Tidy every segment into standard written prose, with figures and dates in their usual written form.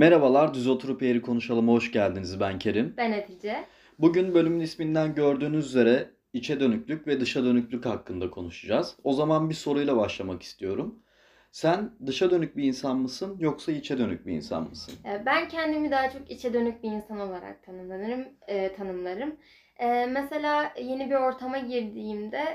Merhabalar, Düz Oturup Eğri Konuşalım'a hoş geldiniz. Ben Kerim. Ben Hatice. Bugün bölümün isminden gördüğünüz üzere içe dönüklük ve dışa dönüklük hakkında konuşacağız. O zaman bir soruyla başlamak istiyorum. Sen dışa dönük bir insan mısın yoksa içe dönük bir insan mısın? Ben kendimi daha çok içe dönük bir insan olarak tanımlarım. Mesela yeni bir ortama girdiğimde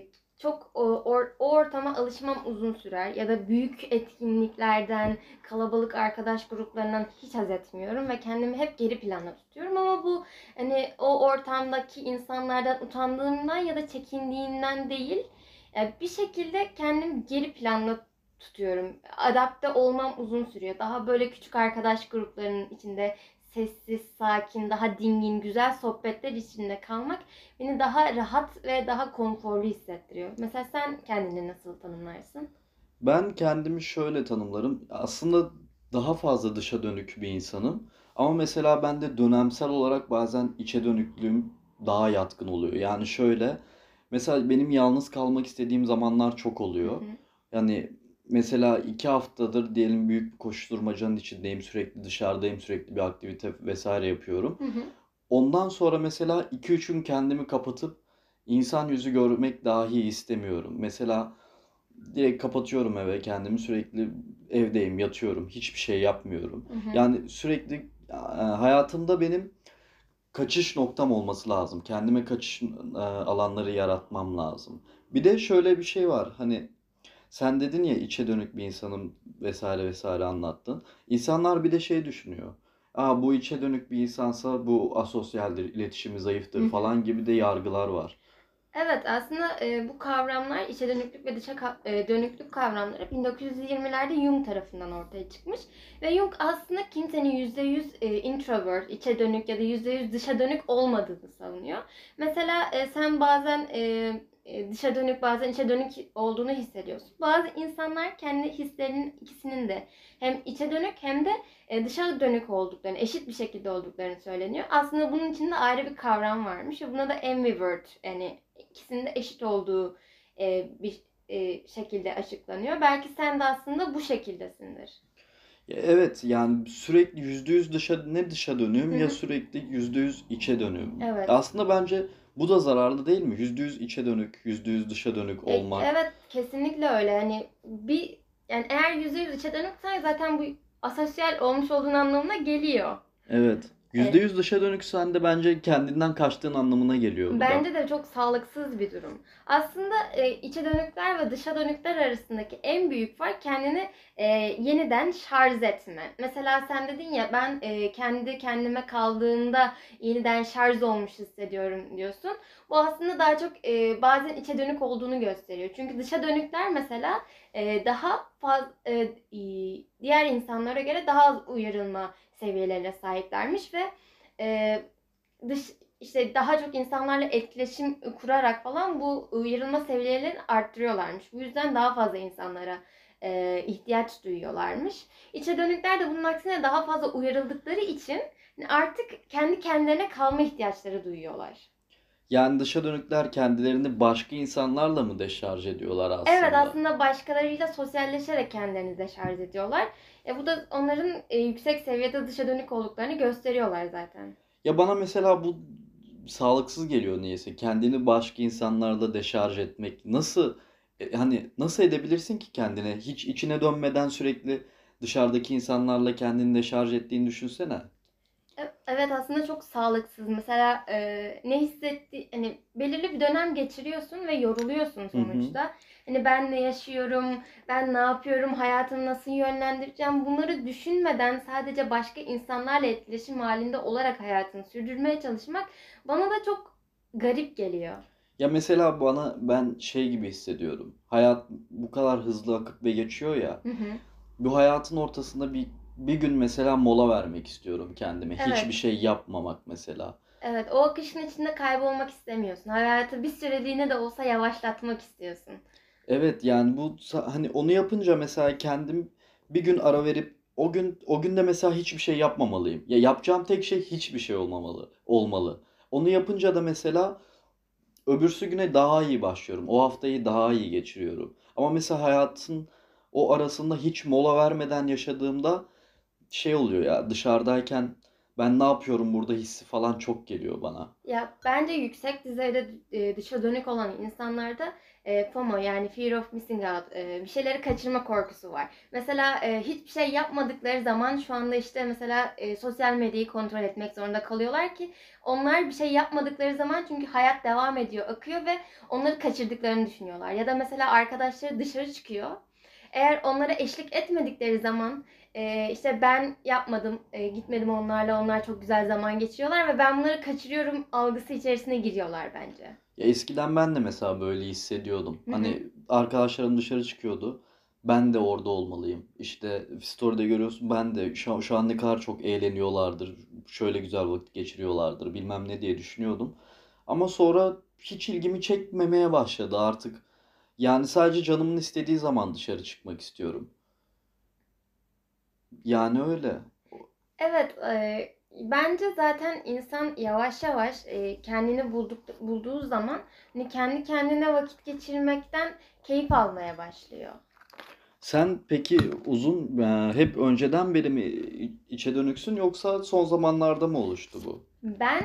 çok o ortama alışmam uzun sürer ya da büyük etkinliklerden, kalabalık arkadaş gruplarından hiç haz etmiyorum ve kendimi hep geri planda tutuyorum ama bu hani o ortamdaki insanlardan utandığımdan ya da çekindiğimden değil. Bir şekilde kendimi geri planda tutuyorum. Adapte olmam uzun sürüyor. Daha böyle küçük arkadaş gruplarının içinde sessiz, sakin, daha dingin, güzel sohbetler içinde kalmak beni daha rahat ve daha konforlu hissettiriyor. Mesela sen kendini nasıl tanımlarsın? Ben kendimi şöyle tanımlarım. Aslında daha fazla dışa dönük bir insanım. Ama mesela bende dönemsel olarak bazen içe dönüklüğüm daha yatkın oluyor. Yani şöyle, mesela benim yalnız kalmak istediğim zamanlar çok Hı oluyor. hı. Yani mesela 2 haftadır diyelim büyük bir koşturmacanın içindeyim, sürekli dışarıdayım, sürekli bir aktivite vesaire yapıyorum. Hı hı. Ondan sonra mesela 2-3 gün kendimi kapatıp insan yüzü görmek dahi istemiyorum. Mesela direkt kapatıyorum eve kendimi, sürekli evdeyim, yatıyorum, hiçbir şey yapmıyorum. Hı hı. Yani sürekli hayatımda benim kaçış noktam olması lazım. Kendime kaçış alanları yaratmam lazım. Bir de şöyle bir şey var. Hani sen dedin ya içe dönük bir insanım vesaire vesaire anlattın. İnsanlar bir de şey düşünüyor. Aa, bu içe dönük bir insansa bu asosyaldir, iletişimi Hı zayıftır hı. falan gibi de yargılar var. Evet, aslında bu kavramlar, içe dönüklük ve dönüklük kavramları 1920'lerde Jung tarafından ortaya çıkmış. Ve Jung aslında kimsenin %100 introvert, içe dönük ya da %100 dışa dönük olmadığını savunuyor. Mesela sen bazen dışa dönük, bazen içe dönük olduğunu hissediyorsun. Bazı insanlar kendi hislerinin ikisinin de hem içe dönük hem de dışa dönük olduklarını, eşit bir şekilde olduklarını söyleniyor. Aslında bunun içinde ayrı bir kavram varmış ve buna da ambivert, yani ikisinin de eşit olduğu bir şekilde açıklanıyor. Belki sen de aslında bu şekildesindir. Ya evet, yani sürekli %100 dışa Hı dönüyorum ya hı. sürekli %100 içe dönüyorum. Evet. Aslında bence bu da zararlı değil mi? %100 içe dönük, %100 dışa dönük olmak. Evet, kesinlikle öyle. Yani eğer %100 içe dönüksen zaten bu asosyal olmuş olduğun anlamına geliyor. Evet. E, %100 dışa dönüksen de bence kendinden kaçtığın anlamına geliyor bu da. Bence de çok sağlıksız bir durum. Aslında içe dönükler ve dışa dönükler arasındaki en büyük fark kendini yeniden şarj etme. Mesela sen dedin ya, ben kendi kendime kaldığında yeniden şarj olmuş hissediyorum diyorsun. Bu aslında daha çok bazen içe dönük olduğunu gösteriyor. Çünkü dışa dönükler mesela daha fazla diğer insanlara göre daha az uyarılma seviyelerine sahiplermiş ve e, dış işte daha çok insanlarla etkileşim kurarak falan bu uyarılma seviyelerini arttırıyorlarmış. Bu yüzden daha fazla insanlara ihtiyaç duyuyorlarmış. İçe dönükler de bunun aksine daha fazla uyarıldıkları için artık kendi kendilerine kalma ihtiyaçları duyuyorlar. Yani dışa dönükler kendilerini başka insanlarla mı deşarj ediyorlar Evet, aslında? aslında başkalarıyla sosyalleşerek kendilerini deşarj ediyorlar. Bu da onların yüksek seviyede dışa dönük olduklarını gösteriyorlar zaten. Ya bana mesela bu sağlıksız geliyor niyeyse. Kendini başka insanlarla deşarj etmek. Nasıl hani nasıl edebilirsin ki kendine? Hiç içine dönmeden sürekli dışarıdaki insanlarla kendini deşarj ettiğini düşünsene. Evet, aslında çok sağlıksız. Mesela hani belirli bir dönem geçiriyorsun ve yoruluyorsun Hı hı. sonuçta. Hani ben ne yaşıyorum, ben ne yapıyorum, hayatımı nasıl yönlendireceğim, bunları düşünmeden sadece başka insanlarla etkileşim halinde olarak hayatını sürdürmeye çalışmak bana da çok garip geliyor. Ya mesela ben şey gibi hissediyorum. Hayat bu kadar hızlı akıp ve geçiyor ya. Hı hı. Bu hayatın ortasında bir gün mesela mola vermek istiyorum kendime. Hiçbir Evet. şey yapmamak mesela. Evet, o akışın içinde kaybolmak istemiyorsun. Hayatı bir süreliğine de olsa yavaşlatmak istiyorsun. Evet, yani hani onu yapınca mesela kendim bir gün ara verip o gün de mesela hiçbir şey yapmamalıyım. Ya yapacağım tek şey hiçbir şey olmalı. Onu yapınca da mesela öbürsü güne daha iyi başlıyorum. O haftayı daha iyi geçiriyorum. Ama mesela hayatın o arasında hiç mola vermeden yaşadığımda şey oluyor ya, dışarıdayken ben ne yapıyorum burada hissi falan çok geliyor bana. Ya bence yüksek düzeyde dışa dönük olan insanlarda FOMO yani Fear of Missing Out, bir şeyleri kaçırma korkusu var. Mesela hiçbir şey yapmadıkları zaman şu anda işte mesela sosyal medyayı kontrol etmek zorunda kalıyorlar ki onlar bir şey yapmadıkları zaman çünkü hayat devam ediyor, akıyor ve onları kaçırdıklarını düşünüyorlar. Ya da mesela arkadaşları dışarı çıkıyor. Eğer onlara eşlik etmedikleri zaman işte ben yapmadım, gitmedim onlarla, onlar çok güzel zaman geçiriyorlar ve ben bunları kaçırıyorum algısı içerisine giriyorlar bence. Ya eskiden ben de mesela böyle hissediyordum. Hı hı. Hani arkadaşlarım dışarı çıkıyordu. Ben de orada olmalıyım. İşte story'de görüyorsun, ben de şu an ne kadar çok eğleniyorlardır. Şöyle güzel vakit geçiriyorlardır bilmem ne diye düşünüyordum. Ama sonra hiç ilgimi çekmemeye başladı artık. Yani sadece canımın istediği zaman dışarı çıkmak istiyorum. Yani öyle. Evet, bence zaten insan yavaş yavaş kendini bulduğu zaman hani kendi kendine vakit geçirmekten keyif almaya başlıyor. Sen peki hep önceden beri mi içe dönüksün yoksa son zamanlarda mı oluştu bu? Ben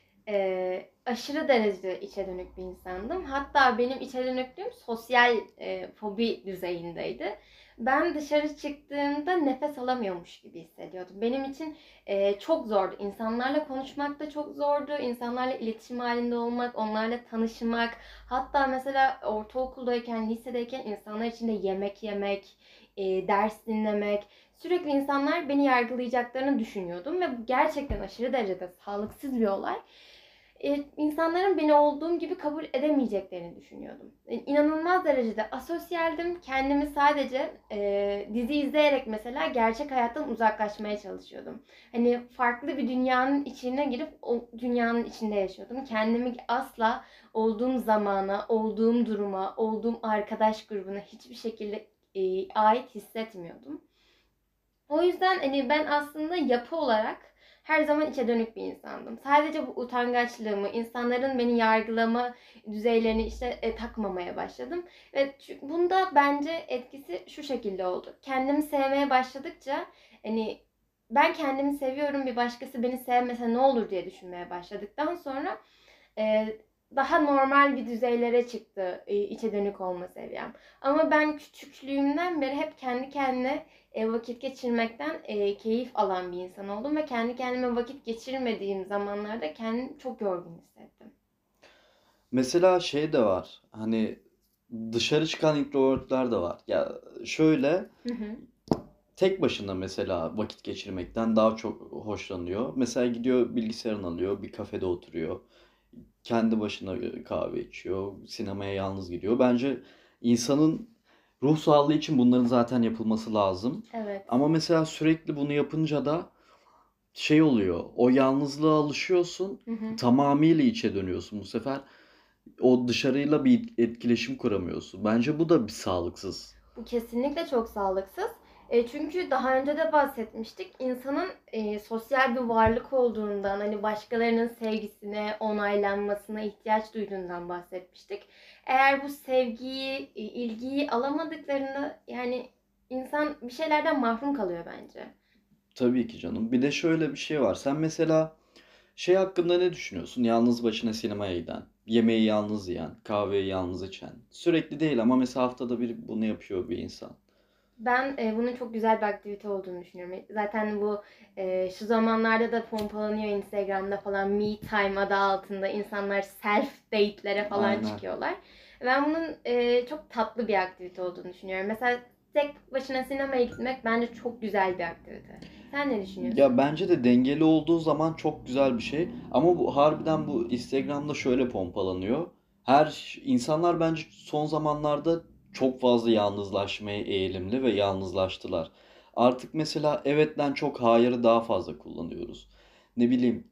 aşırı derecede içe dönük bir insandım. Hatta benim içe dönüklüğüm sosyal fobi düzeyindeydi. Ben dışarı çıktığımda nefes alamıyormuş gibi hissediyordum. Benim için çok zordu. İnsanlarla konuşmak da çok zordu. İnsanlarla iletişim halinde olmak, onlarla tanışmak. Hatta mesela ortaokuldayken, lisedeyken insanlar içinde yemek yemek, ders dinlemek. Sürekli insanlar beni yargılayacaklarını düşünüyordum ve bu gerçekten aşırı derecede sağlıksız bir olay. İnsanların beni olduğum gibi kabul edemeyeceklerini düşünüyordum. İnanılmaz derecede asosyaldim. Kendimi sadece dizi izleyerek mesela gerçek hayattan uzaklaşmaya çalışıyordum. Hani farklı bir dünyanın içine girip o dünyanın içinde yaşıyordum. Kendimi asla olduğum zamana, olduğum duruma, olduğum arkadaş grubuna hiçbir şekilde ait hissetmiyordum. O yüzden hani ben aslında yapı olarak her zaman içe dönük bir insandım. Sadece bu utangaçlığımı, insanların beni yargılama düzeylerini işte takmamaya başladım. Ve bunda bence etkisi şu şekilde oldu. Kendimi sevmeye başladıkça hani ben kendimi seviyorum, bir başkası beni sevmese ne olur diye düşünmeye başladıktan sonra e, daha normal bir düzeylere çıktı içe dönük olma seviyem. Ama ben küçüklüğümden beri hep kendi kendine vakit geçirmekten keyif alan bir insan oldum ve kendi kendime vakit geçirmediğim zamanlarda kendimi çok yorgun hissettim. Mesela şey de var. Hani dışarı çıkan introvertler de var. Ya şöyle, Hı hı. tek başına mesela vakit geçirmekten daha çok hoşlanıyor. Mesela gidiyor, bilgisayarını alıyor, bir kafede oturuyor. Kendi başına kahve içiyor, sinemaya yalnız gidiyor. Bence insanın ruh sağlığı için bunların zaten yapılması lazım. Evet. Ama mesela sürekli bunu yapınca da şey oluyor. O yalnızlığa alışıyorsun. Hı hı. Tamamıyla içe dönüyorsun bu sefer. O dışarıyla bir etkileşim kuramıyorsun. Bence bu da bir sağlıksız. Bu kesinlikle çok sağlıksız. Çünkü daha önce de bahsetmiştik. İnsanın sosyal bir varlık olduğundan, hani başkalarının sevgisine, onaylanmasına ihtiyaç duyduğundan bahsetmiştik. Eğer bu sevgiyi, ilgiyi alamadıklarında yani insan bir şeylerden mahrum kalıyor bence. Tabii ki canım. Bir de şöyle bir şey var. Sen mesela şey hakkında ne düşünüyorsun? Yalnız başına sinemaya giden, yemeği yalnız yiyen, kahveyi yalnız içen. Sürekli değil ama mesela haftada bir bunu yapıyor bir insan. Ben bunun çok güzel bir aktivite olduğunu düşünüyorum. Zaten bu şu zamanlarda da pompalanıyor Instagram'da falan, me time adı altında insanlar self date'lere falan Aynen. çıkıyorlar. Ben bunun çok tatlı bir aktivite olduğunu düşünüyorum. Mesela tek başına sinemaya gitmek bence çok güzel bir aktivite. Sen ne Ya düşünüyorsun? bence de dengeli olduğu zaman çok güzel bir şey. Ama bu harbiden bu Instagram'da şöyle pompalanıyor. İnsanlar bence son zamanlarda çok fazla yalnızlaşmaya eğilimli ve yalnızlaştılar. Artık mesela evetten çok hayırı daha fazla kullanıyoruz. Ne bileyim,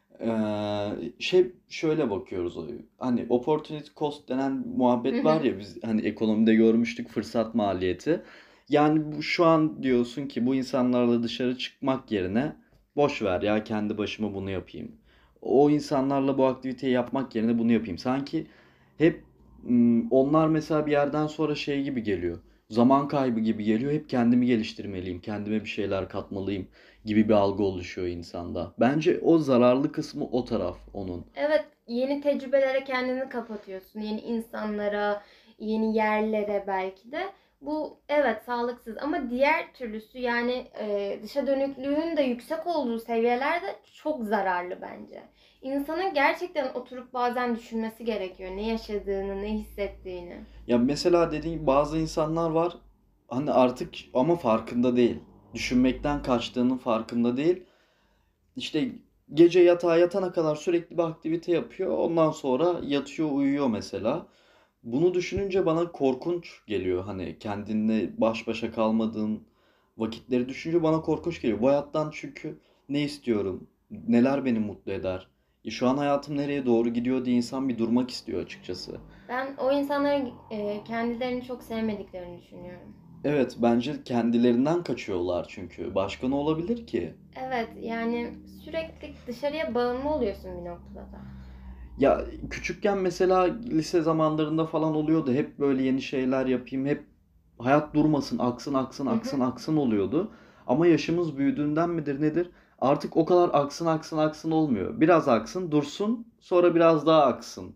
şey, şöyle bakıyoruz. Hani opportunity cost denen Hı muhabbet var hı. ya, biz hani ekonomide görmüştük, fırsat maliyeti. Yani şu an diyorsun ki bu insanlarla dışarı çıkmak yerine boş ver ya, kendi başıma bunu yapayım. O insanlarla bu aktiviteyi yapmak yerine bunu yapayım. Sanki hep onlar mesela bir yerden sonra şey gibi geliyor. zaman kaybı gibi geliyor. Hep kendimi geliştirmeliyim, kendime bir şeyler katmalıyım gibi bir algı oluşuyor insanda. Bence o zararlı kısmı o taraf onun. Evet, yeni tecrübelere kendini kapatıyorsun. Yeni insanlara, yeni yerlere belki de. Bu evet sağlıksız ama diğer türlüsü yani dışa dönüklüğün de yüksek olduğu seviyelerde çok zararlı bence. İnsanın gerçekten oturup bazen düşünmesi gerekiyor. Ne yaşadığını, ne hissettiğini. Ya mesela dediğim gibi bazı insanlar var hani artık ama farkında değil. Düşünmekten kaçtığının farkında değil. İşte gece yatağa yatana kadar sürekli bir aktivite yapıyor. Ondan sonra yatıyor, uyuyor mesela. Bunu düşününce bana korkunç geliyor. Hani kendinle baş başa kalmadığın vakitleri düşününce bana korkunç geliyor. Bu hayattan çünkü ne istiyorum? Neler beni mutlu eder? Şu an hayatım nereye doğru gidiyor diye insan bir durmak istiyor açıkçası. Ben o insanların kendilerini çok sevmediklerini düşünüyorum. Evet, bence kendilerinden kaçıyorlar çünkü. Başka ne olabilir ki? Evet, yani sürekli dışarıya bağımlı oluyorsun bir noktada da. Ya küçükken mesela lise zamanlarında falan oluyordu. Hep böyle yeni şeyler yapayım, hep hayat durmasın, aksın, aksın, Hı aksın, hı. aksın oluyordu. Ama yaşımız büyüdüğünden midir nedir? Artık o kadar aksın, aksın, aksın olmuyor. Biraz aksın, dursun, sonra biraz daha aksın.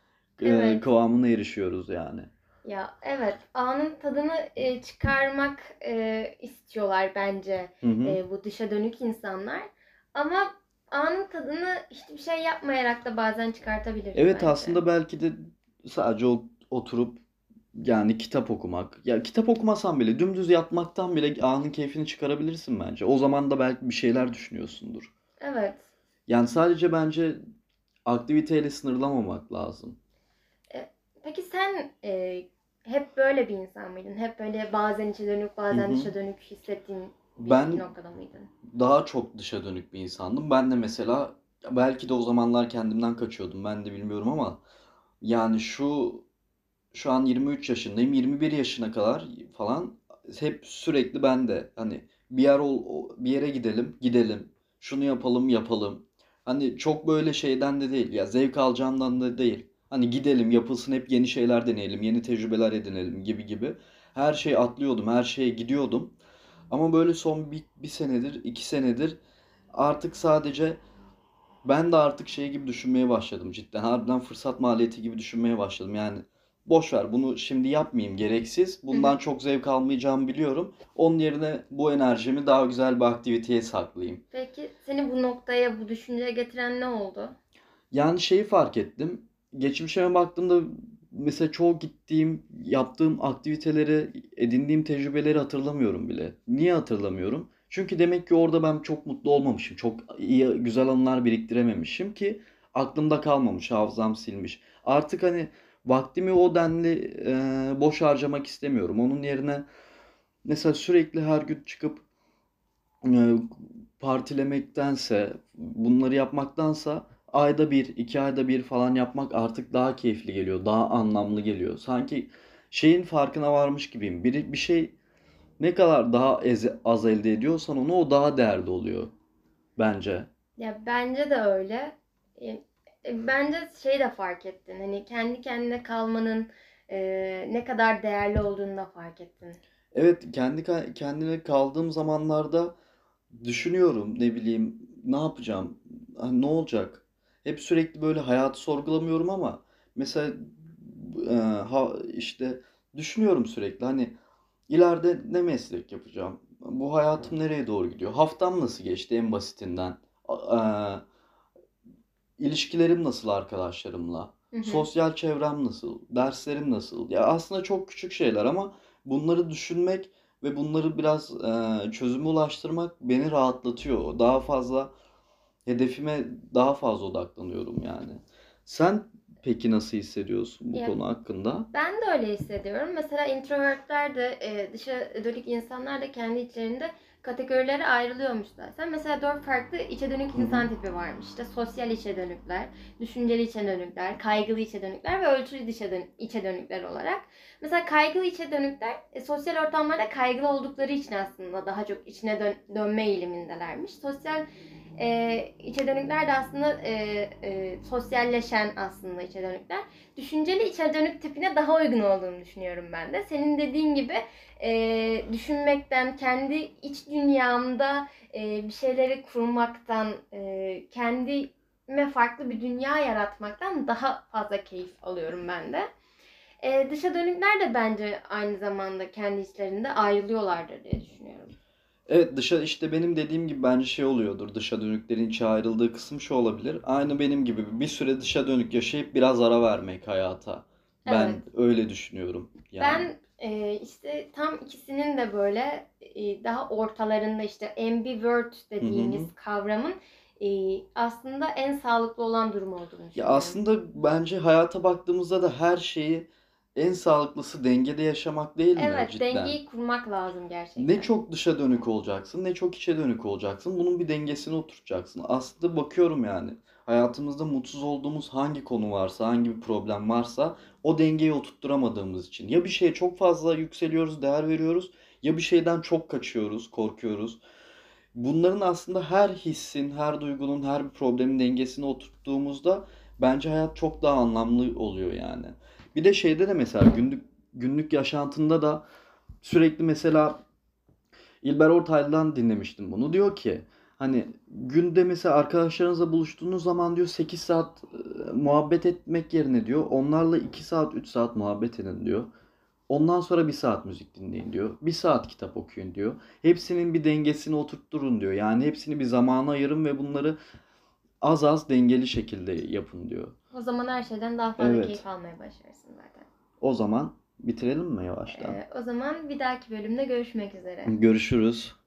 Evet. Kıvamına erişiyoruz yani. Ya evet, anın tadını çıkarmak istiyorlar bence Hı hı. bu dışa dönük insanlar. Ama anın tadını hiçbir şey yapmayarak da bazen çıkartabiliriz Evet bence. aslında belki de sadece oturup yani kitap okumak. Ya kitap okumasan bile dümdüz yatmaktan bile anın keyfini çıkarabilirsin bence. O zaman da belki bir şeyler düşünüyorsundur. Evet. Yani sadece bence aktiviteyle sınırlamamak lazım. E, peki sen hep böyle bir insan mıydın? Hep böyle bazen içe dönük, Hı bazen hı. dışa dönük hissettiğin bir Ben noktada mıydın? daha çok dışa dönük bir insandım. Ben de mesela belki de o zamanlar kendimden kaçıyordum. Ben de bilmiyorum ama yani şu an 23 yaşındayım. 21 yaşına kadar falan hep sürekli ben de hani bir yere gidelim, gidelim. Şunu yapalım, yapalım. Hani çok böyle şeyden de değil. Ya zevk alacağımdan da değil. Hani gidelim, yapılsın, hep yeni şeyler deneyelim, yeni tecrübeler edinelim gibi gibi. Her şeyi atlıyordum, her şeye gidiyordum. Ama böyle son bir senedir, 2 senedir artık sadece ben de artık şey gibi düşünmeye başladım cidden. Harbiden fırsat maliyeti gibi düşünmeye başladım. Yani boş ver bunu şimdi yapmayayım gereksiz. Hı Bundan hı. çok zevk almayacağımı biliyorum. Onun yerine bu enerjimi daha güzel bir aktiviteye saklayayım. Peki seni bu noktaya, bu düşünceye getiren ne oldu? Yani şeyi fark ettim. Geçmişime baktığımda mesela çoğu gittiğim, yaptığım aktiviteleri, edindiğim tecrübeleri hatırlamıyorum bile. Niye hatırlamıyorum? Çünkü demek ki orada ben çok mutlu olmamışım. Çok iyi, güzel anılar biriktirememişim ki aklımda kalmamış, hafızam silmiş. Artık hani vaktimi o denli boş harcamak istemiyorum. Onun yerine mesela sürekli her gün çıkıp e, partilemektense, bunları yapmaktansa ayda bir, 2 ayda bir falan yapmak artık daha keyifli geliyor, daha anlamlı geliyor. Sanki şeyin farkına varmış gibiyim. Bir şey ne kadar daha az elde ediyorsan onu o daha değerli oluyor bence. Ya bence de öyle. E, Bence şey de fark ettin. Hani kendi kendine kalmanın ne kadar değerli olduğunu da fark ettin. Evet, kendine kaldığım zamanlarda düşünüyorum ne bileyim ne yapacağım, hani ne olacak? Hep sürekli böyle hayatı sorgulamıyorum ama mesela işte düşünüyorum sürekli hani ileride ne meslek yapacağım? Bu hayatım nereye doğru gidiyor? Haftam nasıl geçti en basitinden? İlişkilerim nasıl arkadaşlarımla? Hı hı. Sosyal çevrem nasıl? Derslerim nasıl? Ya aslında çok küçük şeyler ama bunları düşünmek ve bunları biraz çözüme ulaştırmak beni rahatlatıyor. Daha fazla hedefime daha fazla odaklanıyorum yani. Sen peki nasıl hissediyorsun bu Ya konu hakkında? ben de öyle hissediyorum. Mesela introvertler de dışa dönük insanlar da kendi içlerinde kategorilere ayrılıyormuş zaten. Mesela 4 farklı içe dönük Hı hı. insan tipi varmış. İşte sosyal içe dönükler, düşünceli içe dönükler, kaygılı içe dönükler ve ölçülü içe dönükler olarak. Mesela kaygılı içe dönükler sosyal ortamlarda kaygılı oldukları için aslında daha çok içine dönme eğilimindelermiş. Sosyal İçe dönükler de aslında sosyalleşen aslında içe dönükler. Düşünceli içe dönük tipine daha uygun olduğunu düşünüyorum ben de. Senin dediğin gibi düşünmekten, kendi iç dünyamda bir şeyleri kurmaktan, kendime farklı bir dünya yaratmaktan daha fazla keyif alıyorum ben de. Dışa dönükler de bence aynı zamanda kendi içlerinde ayrılıyorlardır diye düşünüyorum. Evet, işte benim dediğim gibi bence şey oluyordur. Dışa dönüklerin içe ayrıldığı kısım şu olabilir. Aynı benim gibi bir süre dışa dönük yaşayıp biraz ara vermek hayata. Evet. Ben öyle düşünüyorum yani. Ben işte tam ikisinin de böyle daha ortalarında işte ambivert Hı hı hı. dediğimiz kavramın aslında en sağlıklı olan durum olduğunu Ya düşünüyorum. aslında bence hayata baktığımızda da her şeyi en sağlıklısı dengede yaşamak değil mi Evet, cidden? dengeyi kurmak lazım Ne gerçekten. çok dışa dönük olacaksın, ne çok içe dönük olacaksın. Bunun bir dengesini oturtacaksın. Aslında bakıyorum yani. Hayatımızda mutsuz olduğumuz hangi konu varsa, hangi bir problem varsa o dengeyi oturtturamadığımız için. Ya bir şeye çok fazla yükseliyoruz, değer veriyoruz, ya bir şeyden çok kaçıyoruz, korkuyoruz. Bunların aslında her hissin, her duygunun, her bir problemin dengesini oturttuğumuzda bence hayat çok daha anlamlı oluyor yani. Bir de şeyde de mesela günlük yaşantında da sürekli mesela İlber Ortaylı'dan dinlemiştim bunu. Diyor ki hani günde mesela arkadaşlarınızla buluştuğunuz zaman diyor 8 saat muhabbet etmek yerine diyor onlarla 2 saat 3 saat muhabbet edin diyor. Ondan sonra bir saat müzik dinleyin diyor. Bir saat kitap okuyun diyor. Hepsinin bir dengesini oturtturun diyor. Yani hepsini bir zamana ayırın ve bunları az az dengeli şekilde yapın diyor. O zaman her şeyden daha fazla Evet. keyif almaya başlarsın zaten. O zaman bitirelim mi yavaştan? O zaman bir dahaki bölümde görüşmek üzere. Görüşürüz.